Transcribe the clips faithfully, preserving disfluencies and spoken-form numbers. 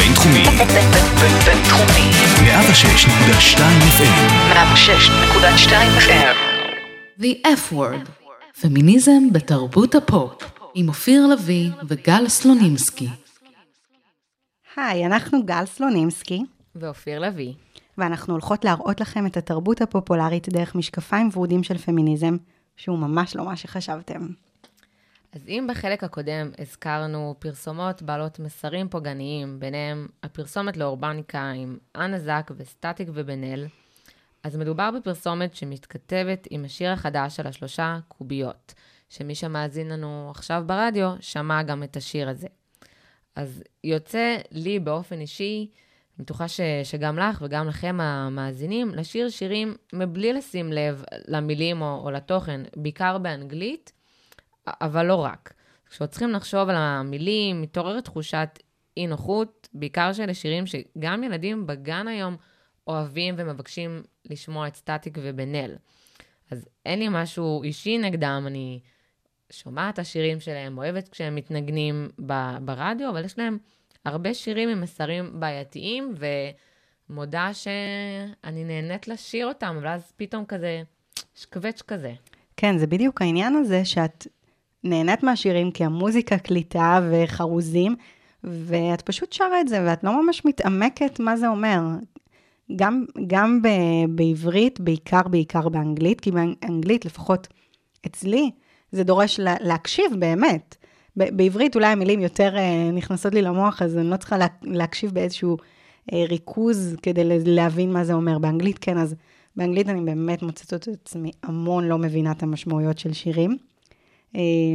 בינתחומי. בינתחומי. מאה ושש נקודה שתיים אף אם. מאה ושש נקודה שתיים אף אם. The F-Word, פמיניזם בתרבות הפופ, עם אופיר לוי וגל סלונימסקי. היי, אנחנו גל סלונימסקי. ואופיר לוי. ואנחנו הולכות להראות לכם את התרבות הפופולרית דרך משקפיים ורודים של פמיניזם, שהוא ממש לא מה שחשבתם. אז אם בחלק הקודם הזכרנו פרסומות בעלות מסרים פוגעניים, ביניהם הפרסומת לאורבניקה עם אנה זק וסטטיק ובן-אל, אז מדובר בפרסומת שמתכתבת עם השיר החדש של השלושה קוביות, שמי שמאזין לנו עכשיו ברדיו שמע גם את השיר הזה. אז יוצא לי באופן אישי, בטוחה ש, שגם לך וגם לכם המאזינים, לשיר שירים מבלי לשים לב למילים או, או לתוכן, בעיקר באנגלית, אבל לא רק. כשעוד צריכים לחשוב על המילים, מתעוררת תחושת אי נוחות, בעיקר של שירים שגם ילדים בגן היום אוהבים ומבקשים לשמוע את סטטיק ובן-אל. אז אין לי משהו אישי נגדם, אני שומעת השירים שלהם, אוהבת כשהם מתנגנים ב- ברדיו, אבל יש להם הרבה שירים עם מסרים בעייתיים, ומודה שאני נהנית לשיר אותם, אבל אז פתאום כזה, שקווץ' כזה. כן, זה בדיוק העניין הזה שאת נהנית מהשירים כי המוזיקה קליטה וחרוזים, ואת פשוט שרה את זה, ואת לא ממש מתעמקת מה זה אומר. גם, גם ב, בעברית, בעיקר, בעיקר באנגלית, כי באנגלית, לפחות אצלי, זה דורש לה, להקשיב באמת. ב, בעברית אולי המילים יותר uh, נכנסות לי למוח, אז אני לא צריכה לה, להקשיב באיזשהו uh, ריכוז כדי להבין מה זה אומר. באנגלית כן, אז באנגלית אני באמת מוצאת את עצמי המון לא מבינה את המשמעויות של שירים. Uh,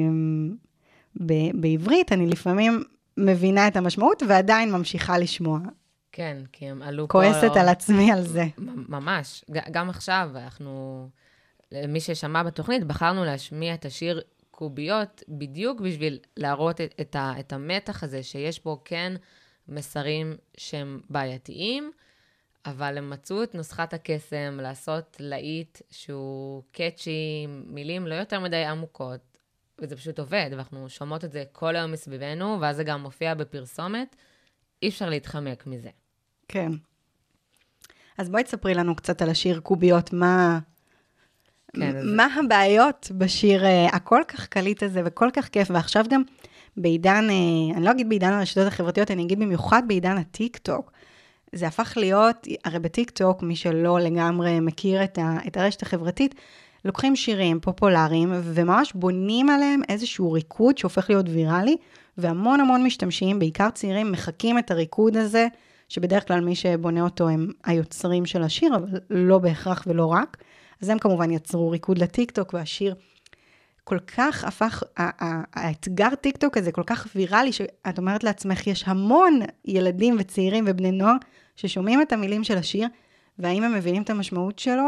ב, בעברית אני לפעמים מבינה את המשמעות ועדיין ממשיכה לשמוע. כן, כי הם עלו פה... כועסת על עצמי על זה. ממש. גם עכשיו, אנחנו, מי ששמע בתוכנית, בחרנו להשמיע את השיר קוביות, בדיוק בשביל להראות את, את, ה, את המתח הזה, שיש בו כן מסרים שהם בעייתיים, אבל הם מצאו את נוסחת הקסם, לעשות להיט שהוא קאצ'י, מילים לא יותר מדי עמוקות, וזה פשוט עובד, ואנחנו שומעות את זה כל היום מסביבנו, ואז זה גם מופיע בפרסומת, אי אפשר להתחמק מזה. כן. אז בואי תספרי לנו קצת על השיר קוביות, מה, כן, מה אז... הבעיות בשיר uh, הכל כך קליט הזה, וכל כך כיף, ועכשיו גם בעידן, uh, אני לא אגיד בעידן הרשתות החברתיות, אני אגיד במיוחד בעידן הטיק טוק, זה הפך להיות, הרי בטיק טוק, מי שלא לגמרי מכיר את, ה, את הרשת החברתית, לוקחים שירים פופולריים, וממש בונים עליהם איזשהו ריקוד שהופך להיות ויראלי, והמון המון משתמשים, בעיקר צעירים, מחכים את הריקוד הזה, שבדרך כלל מי שבונה אותו הם היוצרים של השיר, אבל לא בהכרח ולא רק. אז הם כמובן יצרו ריקוד לטיקטוק, והשיר כל כך הפך, האתגר טיקטוק הזה כל כך ויראלי, שאת אומרת לעצמך, יש המון ילדים וצעירים ובני נוער, ששומעים את המילים של השיר, והאם הם מבינים את המשמעות שלו,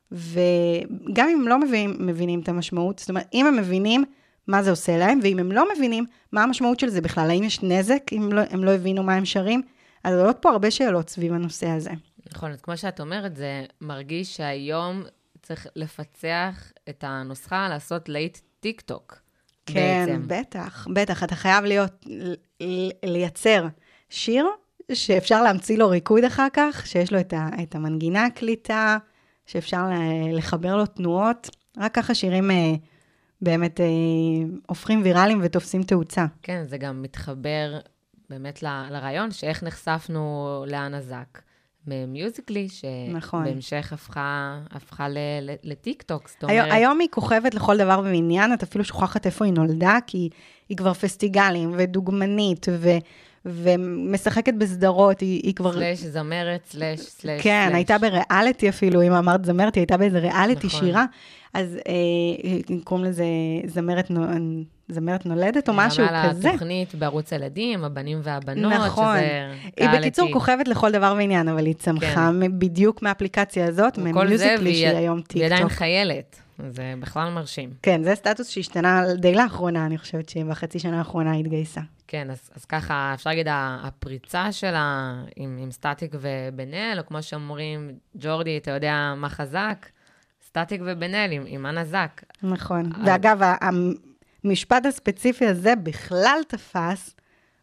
וגם אם לא מבינים, מבינים את המשמעות, זאת אומרת, אם הם מבינים מה זה עושה להם, ואם הם לא מבינים מה המשמעות של זה בכלל, האם יש נזק אם לא, הם לא הבינו מה הם שרים, אז עולות פה הרבה שאלות סביב הנושא הזה. נכון, אז כמו שאת אומרת, זה מרגיש שהיום צריך לפצח את הנוסחה, לעשות להיט טיק טוק. כן, בעצם. בטח, בטח, אתה חייב להיות, לייצר שיר, שאפשר להמציא לו ריקוד אחר כך, שיש לו את, ה, את המנגינה הקליטה, שאפשר לחבר לו תנועות, רק ככה שירים באמת הופכים ויראליים ותופסים תאוצה. כן, זה גם מתחבר באמת ל, לרעיון, שאיך נחשפנו לאנה זק. מיוזיקלי, שבהמשך הפכה, הפכה לטיק טוק. אומרת... היום היא כוכבת לכל דבר במניין, את אפילו שוכחת איפה היא נולדה, כי היא כבר פסטיגלים ודוגמנית, ו... ומשחקת בסדרות, היא, היא כבר... סלש זמרת, סלש, סלש, כן, סלש. הייתה בריאליטי אפילו, אם אמרת זמרת, היא הייתה באיזה ריאליטי נכון. שירה, אז אה, קוראים לזה זמרת, זמרת נולדת או משהו כזה. היא עמלה לתוכנית בערוץ הילדים, הבנים והבנות, נכון. שזה... היא בקיצור כוכבת לכל דבר ועניין, אבל היא צמחה כן. בדיוק מהאפליקציה הזאת, ממיוזיקלי שהיא היום טיק טוק. והיא עדיין חיילת. זה בכלל מרשים. כן, זה סטטוס שהשתנה די לאחרונה, אני חושבת שבחצי שנה האחרונה התגייסה. כן, אז, אז ככה, אפשר להגיד, הפריצה שלה עם, עם סטטיק ובן-אל, או כמו שאומרים, ג'ורדי, אתה יודע מה חזק? סטטיק ובן-אל עם, עם אנה זק. נכון. ואגב, המשפט הספציפי הזה בכלל תפס,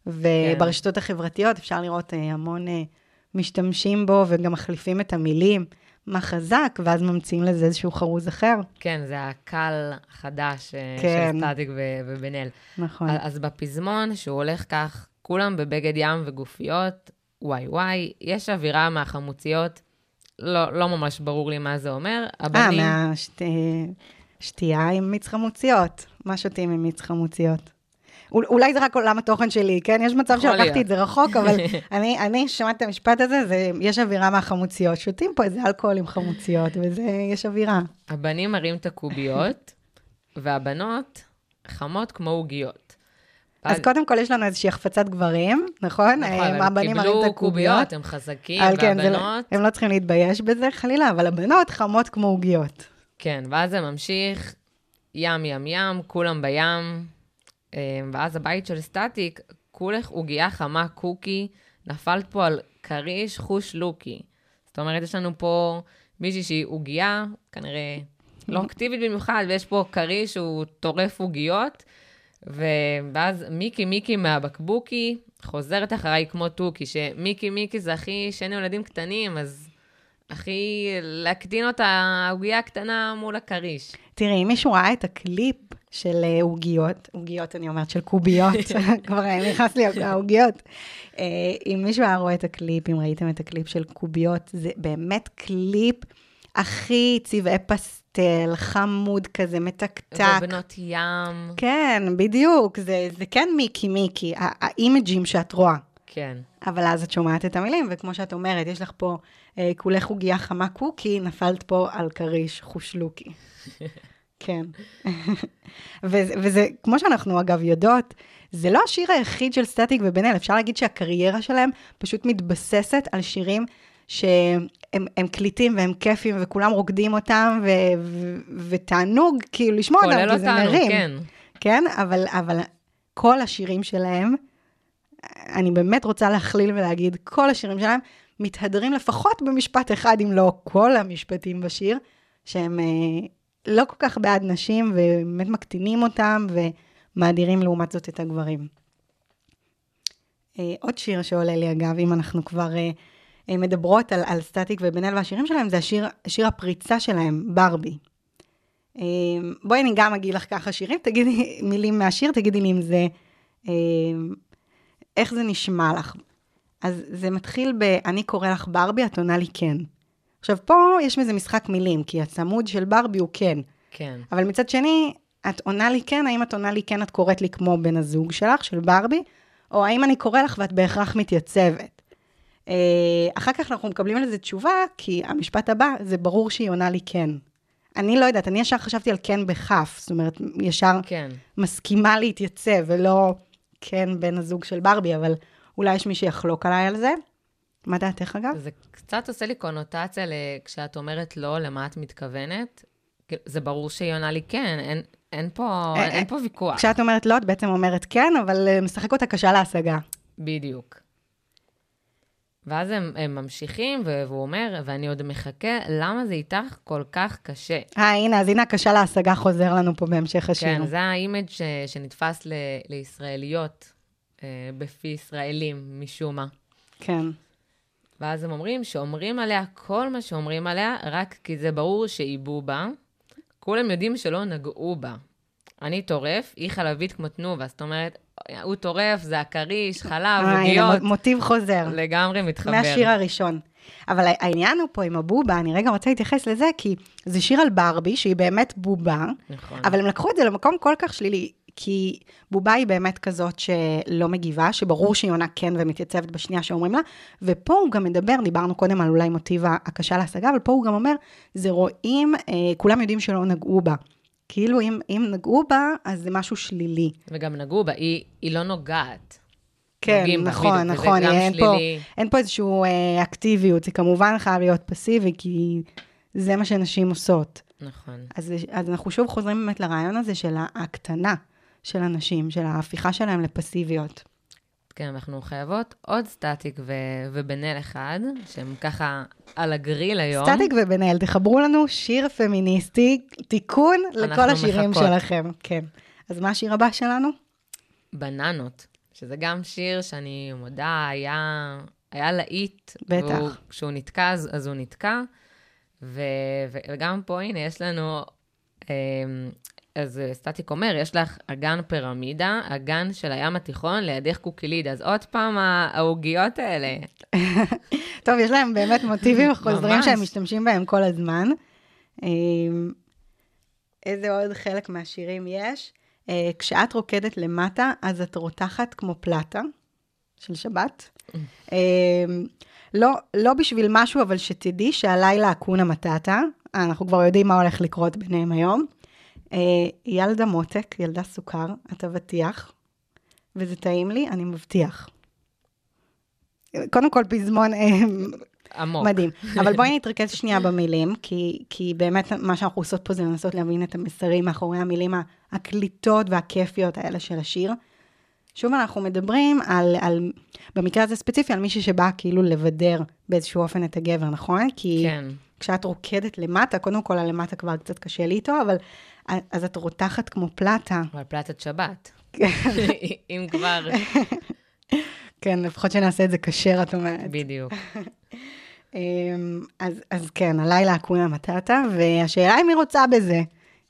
וברשתות החברתיות אפשר לראות המון משתמשים בו, וגם מחליפים את המילים, מה חזק, ואז ממציאים לזה איזשהו חרוז אחר. כן, זה הקל החדש כן. של סטטיק ובן אל. נכון. אז בפזמון, שהוא הולך כך, כולם בבגד ים וגופיות, וואי וואי, יש אווירה מהחמוציות, לא, לא ממש ברור לי מה זה אומר. הבנים... אה, מהשתייה עם מיץ חמוציות. מה שותים עם מיץ חמוציות? אולי זה רק עולם התוכן שלי, כן? יש מצב שלקחתי את זה רחוק, אבל אני, אני שמעתי את המשפט הזה, זה, יש אווירה מהחמוציות. שותים פה איזה אלכוהול עם חמוציות, וזה, יש אווירה. הבנים מרים את הקוביות, והבנות חמות כמו עוגיות. אז קודם כל יש לנו איזושהי החפצת גברים, נכון? נכון, הם קיבלו קוביות, הם חזקים, והבנות... הם לא צריכים להתבייש בזה חלילה, אבל הבנות חמות כמו עוגיות. כן, ואז זה ממשיך, ים, ים, ים, כולם בים, ואז הבית של סטטיק, כולך עוגיה חמה קוקי, נפלת פה על קריש חוש לוקי. זאת אומרת, יש לנו פה מישהי שהיא עוגיה, כנראה לא אקטיבית במיוחד, ויש פה קריש שהוא טורף עוגיות, ואז מיקי מיקי מהבקבוקי חוזרת אחריי כמו טוקי, שמיקי מיקי זה הכי שני ילדים קטנים, אז הכי להקטין אותה העוגיה הקטנה מול הקריש. תראי, אם מישהו ראה את הקליפ של עוגיות, עוגיות אני אומרת, של קוביות, כבר נכנס לי העוגיות. אם מישהו היה רואה את הקליפ, אם ראיתם את הקליפ של קוביות, זה באמת קליפ הכי צבעי פסטל, חמוד כזה, מתקתק. ובנות ים. כן, בדיוק, זה, זה כן מיקי מיקי, האימג'ים שאת רואה. כן. אבל אז את שומעת את המילים, וכמו שאת אומרת, יש לך פה אה, כולך עוגיה חמה קוקי, נפלת פה על קריש חושלוקי. כן. וזה, וזה, כמו שאנחנו אגב יודעות, זה לא השיר היחיד של סטטיק ובן אל, אפשר להגיד שהקריירה שלהם פשוט מתבססת על שירים שהם הם קליטים והם כיפים, וכולם רוקדים אותם, ו, ו, ותענוג, כאילו לשמוע אותם, כי זה מרים. כן. כן, אבל, אבל כל השירים שלהם, אני באמת רוצה להכליל ולהגיד, כל השירים שלהם מתהדרים לפחות במשפט אחד, אם לא כל המשפטים בשיר, שהם לא כל כך בעד נשים, ובאמת מקטינים אותם, ומאדירים לעומת זאת את הגברים. עוד שיר שעולה לי אגב, אם אנחנו כבר מדברות על, על סטטיק ובן אל והשירים שלהם, זה השיר, שיר הפריצה שלהם, ברבי. בואי אני גם אגיד לך ככה שירים, תגידי מילים מהשיר, תגידי לי אם זה, איך זה נשמע לך. אז זה מתחיל ב, אני קורא לך ברבי, את עונה לי כן. עכשיו פה יש מזה משחק מילים, כי הצמוד של ברבי הוא כן. כן. אבל מצד שני, את עונה לי כן, האם את עונה לי כן, את קוראת לי כמו בן הזוג שלך, של ברבי, או האם אני קורא לך ואת בהכרח מתייצבת. אחר כך אנחנו מקבלים על זה תשובה, כי המשפט הבא, זה ברור שהיא עונה לי כן. אני לא יודעת, אני ישר חשבתי על כן בחף, זאת אומרת, ישר כן. מסכימה להתייצב, ולא כן בן הזוג של ברבי, אבל אולי יש מי שיחלוק עליי על זה. מה דעתך אגב? זה קצת עושה לי קונוטציה, כשאת אומרת לא, למה את מתכוונת? זה ברור שהיא עונה לי כן, אין, אין, פה, אין, אין פה ויכוח. כשאת אומרת לא, את בעצם אומרת כן, אבל משחק אותה קשה להשגה. בדיוק. ואז הם, הם ממשיכים, והוא אומר, ואני עוד מחכה, למה זה איתך כל כך קשה? אה, הנה, אז הנה הקשה להשגה חוזר לנו פה בהמשך השיר. כן, זה האימג' ש, שנתפס ל, לישראליות, אה, בפי ישראלים, משום מה. כן. ואז הם אומרים שאומרים עליה כל מה שאומרים עליה, רק כי זה ברור שעיבו בה. כולם יודעים שלא נגעו בה. אני טורף, היא חלבית כמו תנובה, זאת אומרת, הוא טורף, זה הקריש, חלב, עוגיות. מוטיב חוזר. לגמרי מתחבר. מהשיר הראשון. אבל העניין הוא פה עם הבובה, אני רגע רוצה להתייחס לזה, כי זה שיר על ברבי, שהיא באמת בובה, נכון. אבל הם לקחו את זה למקום כל כך שלילי, כי בובה היא באמת כזאת שלא מגיבה, שברור שהיא עונה כן ומתייצבת בשנייה שאומרים לה, ופה הוא גם מדבר, דיברנו קודם על אולי מוטיב הקשה להשגה, אבל פה הוא גם אומר, זה רואים, אה, כולם יודעים שלא נגעו בה. כאילו אם, אם נגעו בה, אז זה משהו שלילי. וגם נגעו בה, היא, היא לא נוגעת. כן, נכון, בה, נכון. אין פה, אין פה איזושהי אה, אקטיביות, זה כמובן חייב להיות פסיבי, כי זה מה שנשים עושות. נכון. אז, אז אנחנו שוב חוזרים באמת לרעיון הזה של ההקטנה של אנשים, של ההפיכה שלהם לפסיביות. כן, אנחנו חייבות עוד סטטיק ו- ובן אל אחד, שהם ככה על הגריל היום. סטטיק ובן אל, תחברו לנו שיר פמיניסטי, תיקון לכל השירים מחכות. שלכם. כן. אז מה השיר הבא שלנו? בננות, שזה גם שיר שאני מודה, היה, היה להיט. בטח. והוא, כשהוא נתקע, אז, אז הוא נתקע. ו, ו, וגם פה, הנה, יש לנו, אז סטטיק אומר, יש לך אגן פירמידה, אגן של הים התיכון, לידך קוקיליד. אז עוד פעם, העוגיות האלה. טוב, יש להם באמת מוטיבים חוזרים שהם משתמשים בהם כל הזמן. איזה עוד חלק מהשירים יש? כשאת רוקדת למטה, אז את רותחת כמו פלטה של שבת. לא, לא בשביל משהו, אבל שתדעי שהלילה אקונה מטאטה. אנחנו כבר יודעים מה הולך לקרות ביניהם היום. ילדה מותק, ילדה סוכר, את אבטיח, וזה טעים לי, אני מבטיח. קודם כל פזמון עמוק. מדהים. אבל בואי נתרכז שנייה במילים, כי, כי באמת מה שאנחנו עושות פה זה לנסות להבין את המסרים מאחורי המילים הקליטות והכיפיות האלה של השיר. שוב אנחנו מדברים על, על, במקרה הזה ספציפי, על מישהי שבא כאילו לבדר באיזשהו אופן את הגבר, נכון? כי כן. כשאת רוקדת למטה, קודם כל הלמטה כבר קצת קשה לי איתו, אבל אז את רותחת כמו פלטה. אבל פלטת שבת. אם כבר... כן, לפחות שנעשה את זה קשר, את אומרת. בדיוק. אז, אז כן, הלילה אקונה מטאטה, והשאלה היא מי רוצה בזה.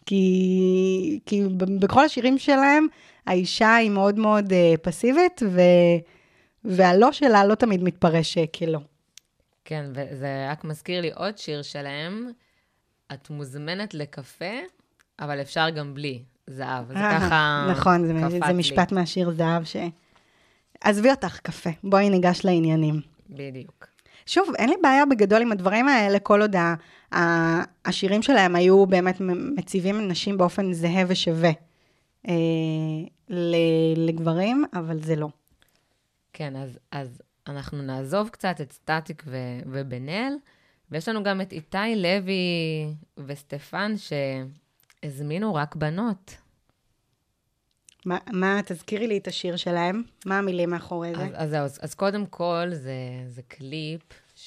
כי, כי בכל השירים שלהם, האישה היא מאוד מאוד פסיבית, ו, והלא שלה לא תמיד מתפרש כלא. כן, וזה רק מזכיר לי עוד שיר שלהם, את מוזמנת לקפה, אבל אפשר גם בלי זהב. זה ככה נכון, זה, זה משפט מהשיר זהב ש... עזבי אותך קפה, בואי ניגש לעניינים. בדיוק. שוב, אין לי בעיה בגדול עם הדברים האלה, כל עוד השירים שלהם היו באמת מציבים נשים באופן זהה ושווה אה, לגברים, אבל זה לא. כן, אז, אז אנחנו נעזוב קצת את סטטיק ו- ובן-אל, ויש לנו גם את איתי לוי וסטפן שהזמינו רק בנות. מה, מה, תזכירי לי את השיר שלהם? מה המילים מאחורי זה? אז, אז, אז, אז קודם כל, זה, זה קליפ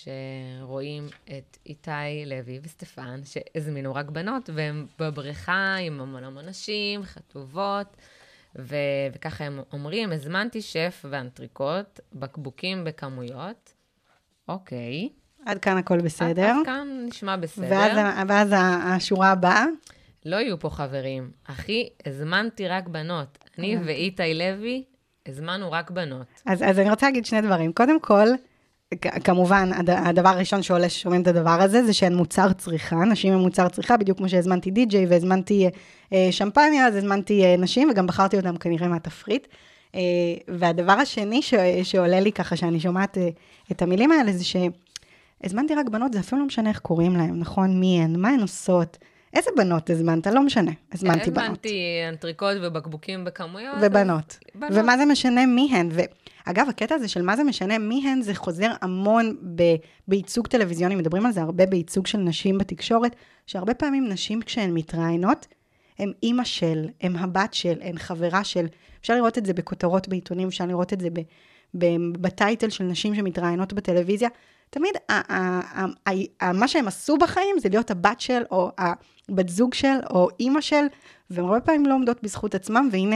שרואים את איתי לוי וסטפן, שהזמינו רק בנות, והם בבריכה עם המון המון נשים, חטובות, ו, וככה הם אומרים, הזמנתי שף ואנטריקוט, בקבוקים בכמויות. אוקיי. עד כאן הכל בסדר. עד, עד כאן נשמע בסדר. ואז, ואז השורה הבאה? לא יהיו פה חברים. אחי, הזמנתי רק בנות. אני ואיתי לוי, הזמנו רק בנות. אז, אז אני רוצה להגיד שני דברים. קודם כל, כמובן, הדבר הראשון שעולה ששומעים את הדבר הזה, זה שהן מוצר צריכה, נשים הן מוצר צריכה, בדיוק כמו שהזמנתי די-ג'יי והזמנתי אה, שמפניה, אז הזמנתי אה, נשים, וגם בחרתי אותם כנראה מהתפריט. אה, והדבר השני ש, שעולה לי ככה, שאני שומעת אה, את המילים האלה, זה שהזמנתי רק בנות, זה אפילו לא משנה איך קוראים להם, נכון? מי הן, מה הן עושות? איזה בנות הזמנת? לא משנה, הזמנתי בנות. הזמנתי אנטריקות ובקבוקים בכמויות. ובנות. בנות. ומה זה משנה מי הן? ואגב, הקטע הזה של מה זה משנה מי הן, זה חוזר המון ב- בייצוג טלוויזיוני, מדברים על זה הרבה בייצוג של נשים בתקשורת, שהרבה פעמים נשים כשהן מתראיינות, הן אימא של, הן הבת של, הן חברה של, אפשר לראות את זה בכותרות בעיתונים, אפשר לראות את זה ב- ב- בטייטל של נשים שמתראיינות בטלוויזיה, תמיד ה- ה- ה- ה- מה שהם עשו בחיים זה להיות הבת של, או הבת זוג של, או אימא של, והן הרבה פעמים לא עומדות בזכות עצמם, והנה,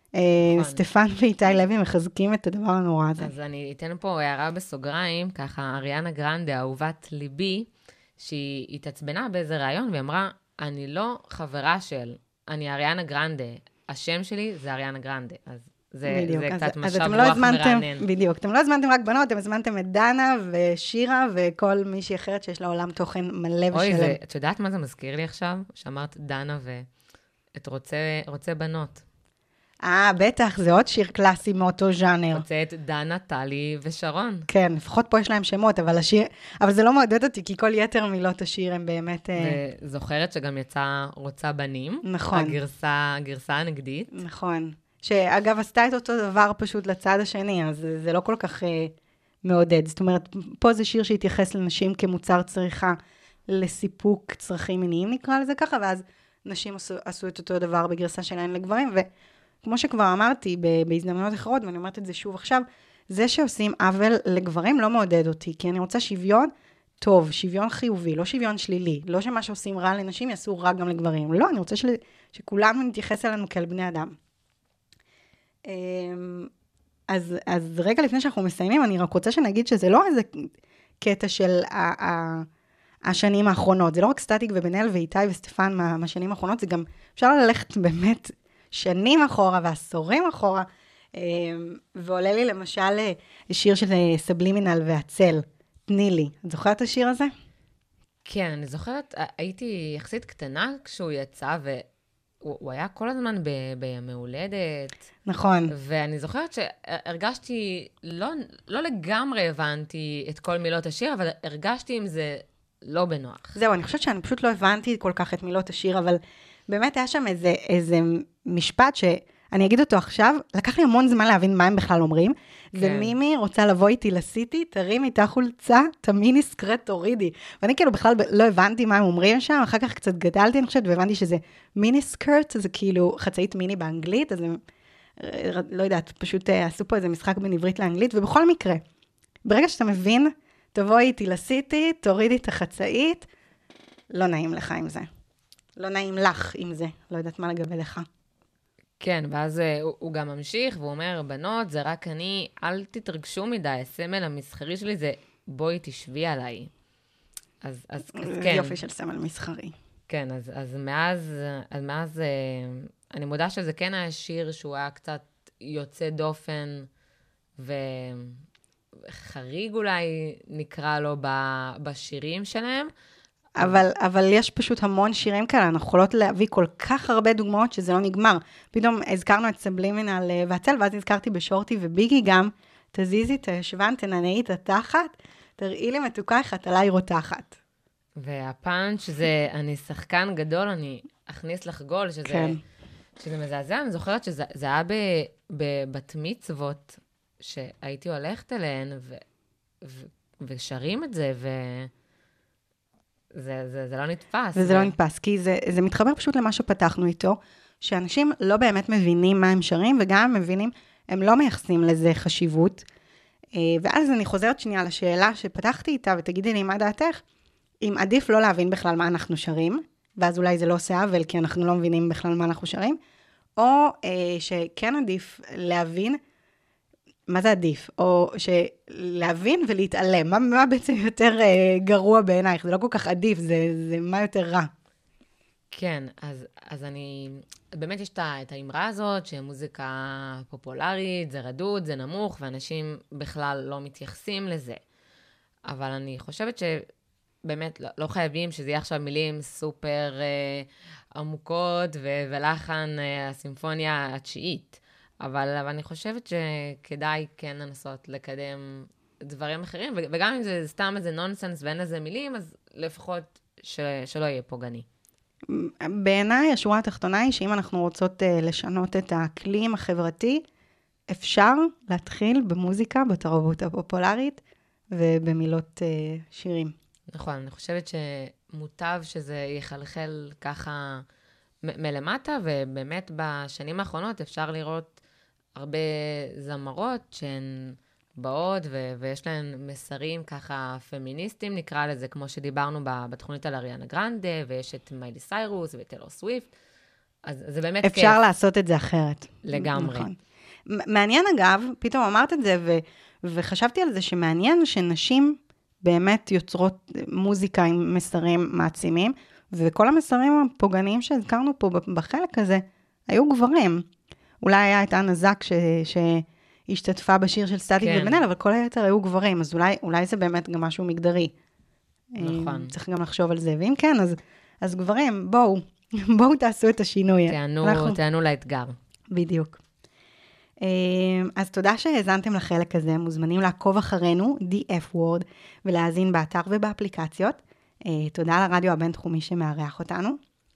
סטפן ואיתי לוי מחזקים את הדבר הנורא הזה. אז אני אתן פה הערה בסוגריים, ככה, אריאנה גרנדה, אהובת ליבי, שהיא התעצבנה באיזה רעיון, והיא אמרה, אני לא חברה של, אני אריאנה גרנדה, השם שלי זה אריאנה גרנדה, אז זה, זה קצת משב רוח מרענן. בדיוק, אתם לא הזמנתם רק בנות, אתם הזמנתם את דנה ושירה, וכל מישהי אחרת שיש לה עולם תוכן מלא ושלם. אוי, זה, את יודעת מה זה מזכיר לי עכשיו? שאמרת דנה ואת רוצה, רוצה בנות. אה, בטח, זה עוד שיר קלאסי מאותו ז'אנר. רוצה את דנה, טלי ושרון. כן, לפחות פה יש להם שמות, אבל השיר, אבל זה לא מעודד אותי, כי כל יתר מילות השיר הם באמת... וזוכרת שגם יצא רוצה בנים. נכון. הגרסה, הגרסה הנגדית. נכון. שאגב, עשתה את אותו דבר פשוט לצד השני, אז זה לא כל כך אה, מעודד. זאת אומרת, פה זה שיר שהתייחס לנשים כמוצר צריכה לסיפוק צרכים מיניים, נקרא לזה ככה, ואז נשים עשו, עשו את אותו דבר בגרסה שלהן לגברים, ו... כמו שכבר אמרתי בהזדמנויות אחרות, ואני אומרת את זה שוב עכשיו, זה שעושים עוול לגברים לא מעודד אותי, כי אני רוצה שוויון טוב, שוויון חיובי, לא שוויון שלילי, לא שמה שעושים רע לנשים יעשו רע גם לגברים, לא, אני רוצה של... שכולנו נתייחס אלינו כאל בני אדם. אז, אז רגע לפני שאנחנו מסיימים, אני רק רוצה שנגיד שזה לא איזה קטע של ה, ה, השנים האחרונות, זה לא רק סטטיק ובן-אל ואיתי וסטפן מה, מהשנים האחרונות, זה גם אפשר ללכת באמת שנים אחורה ועשורים אחורה, ועולה לי למשל שיר של סבלימינל והצל, תני לי. את זוכרת את השיר הזה? כן, אני זוכרת, הייתי יחסית קטנה כשהוא יצא, והוא היה כל הזמן בימי הולדת. נכון. ואני זוכרת שהרגשתי, לא, לא לגמרי הבנתי את כל מילות השיר, אבל הרגשתי עם זה לא בנוח. זהו, אני חושבת שאני פשוט לא הבנתי כל כך את מילות השיר, אבל באמת היה שם איזה, איזה משפט ש... אני אגיד אותו עכשיו, לקח לי המון זמן להבין מה הם בכלל אומרים. כן. זה מימי רוצה לבוא איתי לסיטי, תרים איתה חולצה, תמיני סקרט תורידי. ואני כאילו בכלל לא הבנתי מה הם אומרים שם, אחר כך קצת גדלתי, אני חושבת, והבנתי שזה מיני סקרט, זה כאילו חצאית מיני באנגלית, אז הם, לא יודעת, פשוט עשו פה איזה משחק בין עברית לאנגלית, ובכל מקרה, ברגע שאתה מבין, תבואי איתי לסיטי, תורידי את החצאית, לא נעים לך עם זה. לא נעים לך עם זה, לא יודעת מה לגבי לך. כן, ואז הוא, הוא גם ממשיך, והוא אומר, בנות, זה רק אני, אל תתרגשו מדי, הסמל המסחרי שלי זה, בואי תשבי עליי. אז, אז, אז כן. יופי של סמל מסחרי. כן, אז, אז מאז, אז מאז, אני מודה שזה כן היה שיר שהוא היה קצת יוצא דופן, וחריג אולי נקרא לו בשירים שלהם, אבל, אבל יש פשוט המון שירים כאלה, אנחנו יכולות להביא כל כך הרבה דוגמאות שזה לא נגמר. פתאום הזכרנו את סבלימינל והצל, ואז הזכרתי בשורטי וביגי גם, תזיזי את הישבן, תנענעי את התחת, תראי לי מתוקה איך את עליי רותחת. והפאנץ' זה, אני שחקן גדול, אני אכניס לך גול, שזה, כן. שזה מזעזע. אני זוכרת שזה היה בבת מצוות, שהייתי הולכת אליהן, ו, ו, ושרים את זה, ו... זה, זה, זה לא נתפס. וזה ו... לא נתפס, כי זה, זה מתחבר פשוט למה שפתחנו איתו, שאנשים לא באמת מבינים מה הם שרים, וגם הם מבינים, הם לא מייחסים לזה חשיבות. ואז אני חוזרת שנייה לשאלה שפתחתי איתה, ותגידי לי מה דעתך, אם עדיף לא להבין בכלל מה אנחנו שרים, ואז אולי זה לא עושה עוול, כי אנחנו לא מבינים בכלל מה אנחנו שרים, או שכן עדיף להבין, מה זה עדיף? או שלהבין ולהתעלם. מה, מה בעצם יותר uh, גרוע בעינייך? זה לא כל כך עדיף, זה, זה מה יותר רע. כן, אז, אז אני... באמת יש את האמרה הזאת, שמוזיקה פופולרית, זה רדוד, זה נמוך, ואנשים בכלל לא מתייחסים לזה. אבל אני חושבת שבאמת לא, לא חייבים שזה יהיה עכשיו מילים סופר uh, עמוקות, ו- ולחן uh, הסימפוניה התשיעית. אבל, אבל אני חושבת שכדאי כן לנסות לקדם דברים אחרים, וגם אם זה סתם איזה נונסנס ואין לזה מילים, אז לפחות ש, שלא יהיה פוגעני. בעיניי, השורה התחתונה היא שאם אנחנו רוצות uh, לשנות את האקלים החברתי, אפשר להתחיל במוזיקה, בתרבות הפופולרית, ובמילות uh, שירים. נכון, אני חושבת שמוטב שזה יחלחל ככה מ- מלמטה, ובאמת בשנים האחרונות אפשר לראות הרבה זמרות שהן באות, ו- ויש להן מסרים ככה פמיניסטיים, נקרא לזה, כמו שדיברנו בתוכנית על אריאנה גרנדה, ויש את מיילי סיירוס וטלור סוויפט, אז זה באמת אפשר כיף. אפשר לעשות את זה אחרת. לגמרי. נכון. מעניין אגב, פתאום אמרת את זה, ו- וחשבתי על זה שמעניין שנשים באמת יוצרות מוזיקה עם מסרים מעצימים, וכל המסרים הפוגעניים שהזכרנו פה בחלק הזה, היו גברים. אולי היה את אנה זק ש... שהשתתפה בשיר של סטטיק כן. ובן-אל, אבל כל היתר היו גברים, אז אולי, אולי זה באמת גם משהו מגדרי. נכון. צריך גם לחשוב על זה, ואם כן, אז, אז גברים, בואו, בואו תעשו את השינוי. תענו, אנחנו... תענו לאתגר. בדיוק. אז תודה שהאזנתם לחלק הזה, מוזמנים לעקוב אחרינו, די אף Word, ולהאזין באתר ובאפליקציות. תודה לרדיו הבינתחומי שמארח אותנו.